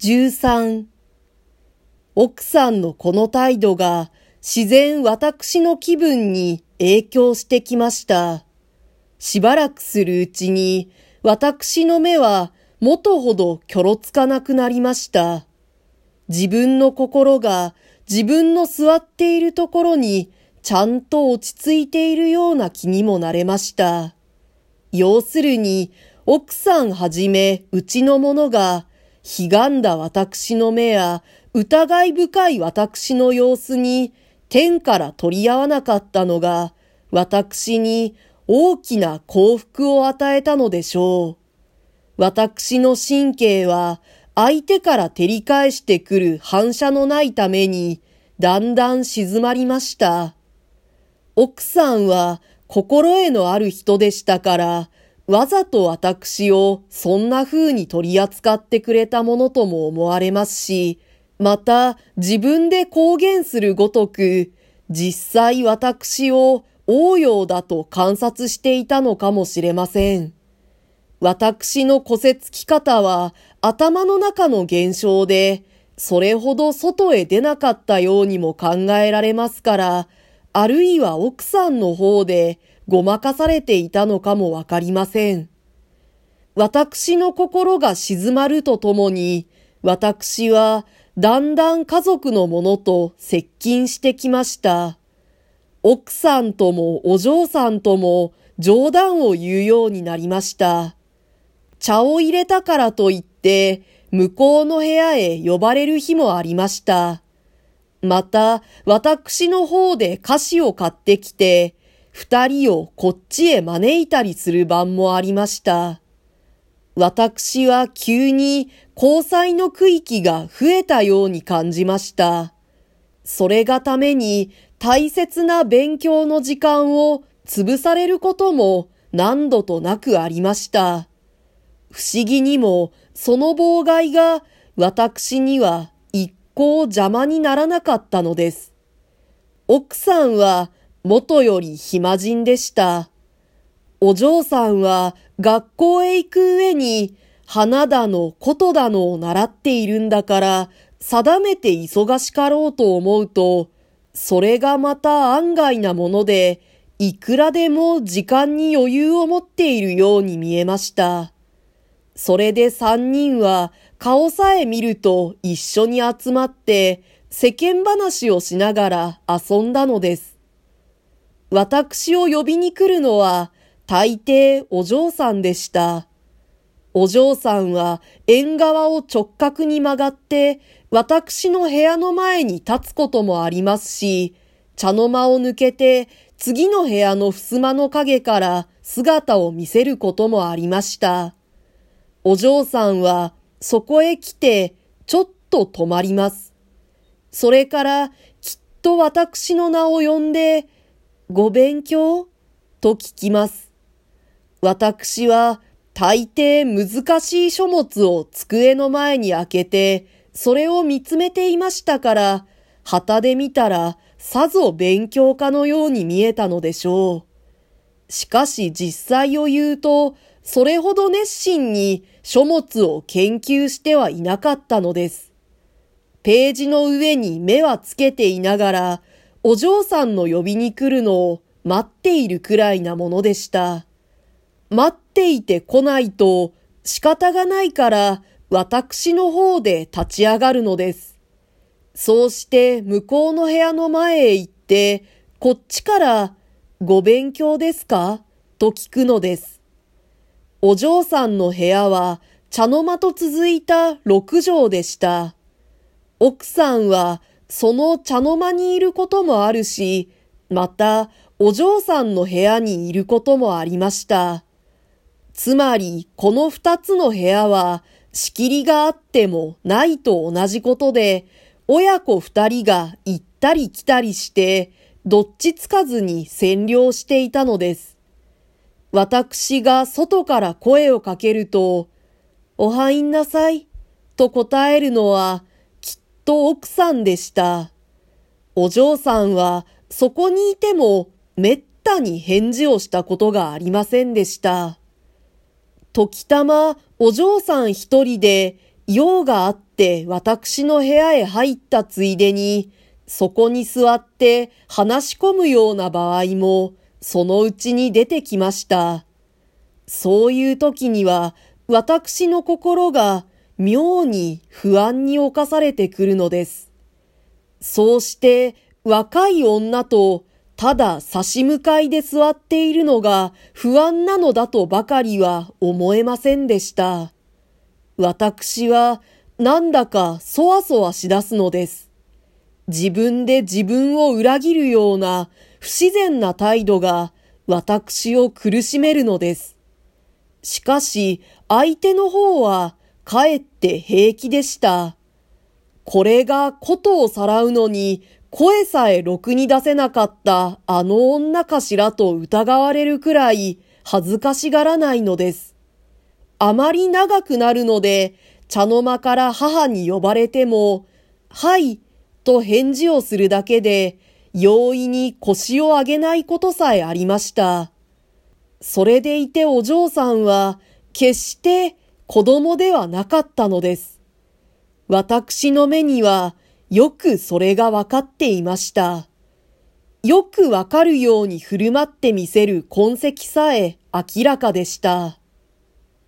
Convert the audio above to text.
13、奥さんのこの態度が自然私の気分に影響してきました。しばらくするうちに私の目は元ほどきょろつかなくなりました。自分の心が自分の座っているところにちゃんと落ち着いているような気にもなれました。要するに奥さんはじめうちの者がひがんだ私の目や疑い深い私の様子に天から取り合わなかったのが私に大きな幸福を与えたのでしょう。私の神経は相手から照り返してくる反射のないためにだんだん静まりました。奥さんは心得のある人でしたからわざと私をそんな風に取り扱ってくれたものとも思われますし、また自分で公言するごとく、実際私を応用だと観察していたのかもしれません。私のこせつき方は頭の中の現象で、それほど外へ出なかったようにも考えられますから、あるいは奥さんの方でごまかされていたのかもわかりません。私の心が静まるとともに、私はだんだん家族の者と接近してきました。奥さんともお嬢さんとも冗談を言うようになりました。茶を入れたからといって向こうの部屋へ呼ばれる日もありました。また私の方で菓子を買ってきて二人をこっちへ招いたりする番もありました。私は急に交際の区域が増えたように感じました。それがために大切な勉強の時間を潰されることも何度となくありました。不思議にもその妨害が私には一向邪魔にならなかったのです。奥さんは元より暇人でした。お嬢さんは学校へ行く上に花だのことだのを習っているんだから定めて忙しかろうと思うと、それがまた案外なものでいくらでも時間に余裕を持っているように見えました。それで三人は顔さえ見ると一緒に集まって世間話をしながら遊んだのです。私を呼びに来るのは大抵お嬢さんでした。お嬢さんは縁側を直角に曲がって私の部屋の前に立つこともありますし、茶の間を抜けて次の部屋の襖の影から姿を見せることもありました。お嬢さんはそこへ来てちょっと止まります。それからきっと私の名を呼んで、ご勉強と聞きます。私は大抵難しい書物を机の前に開けて、それを見つめていましたから、旗で見たらさぞ勉強家のように見えたのでしょう。しかし実際を言うと、それほど熱心に書物を研究してはいなかったのです。ページの上に目はつけていながら、お嬢さんの呼びに来るのを待っているくらいなものでした。待っていて来ないと仕方がないから私の方で立ち上がるのです。そうして向こうの部屋の前へ行って、こっちからご勉強ですかと聞くのです。お嬢さんの部屋は茶の間と続いた6畳でした。奥さんはその茶の間にいることもあるし、またお嬢さんの部屋にいることもありました。つまりこの2つの部屋は仕切りがあってもないと同じことで、親子2人が行ったり来たりしてどっちつかずに占領していたのです。私が外から声をかけると、お入んなさいと答えるのはきっと奥さんでした。お嬢さんはそこにいてもめったに返事をしたことがありませんでした。時たまお嬢さん一人で用があって私の部屋へ入ったついでに、そこに座って話し込むような場合も、そのうちに出てきました。そういう時には、私の心が妙に不安に侵されてくるのです。そうして若い女とただ差し向かいで座っているのが不安なのだとばかりは思えませんでした。私はなんだかそわそわしだすのです。自分で自分を裏切るような不自然な態度が私を苦しめるのです。しかし相手の方はかえって平気でした。これがことをさらうのに声さえろくに出せなかったあの女かしらと疑われるくらい恥ずかしがらないのです。あまり長くなるので茶の間から母に呼ばれても、はいと返事をするだけで容易に腰を上げないことさえありました。それでいてお嬢さんは決して子供ではなかったのです。私の目にはよくそれがわかっていました。よくわかるように振る舞ってみせる痕跡さえ明らかでした。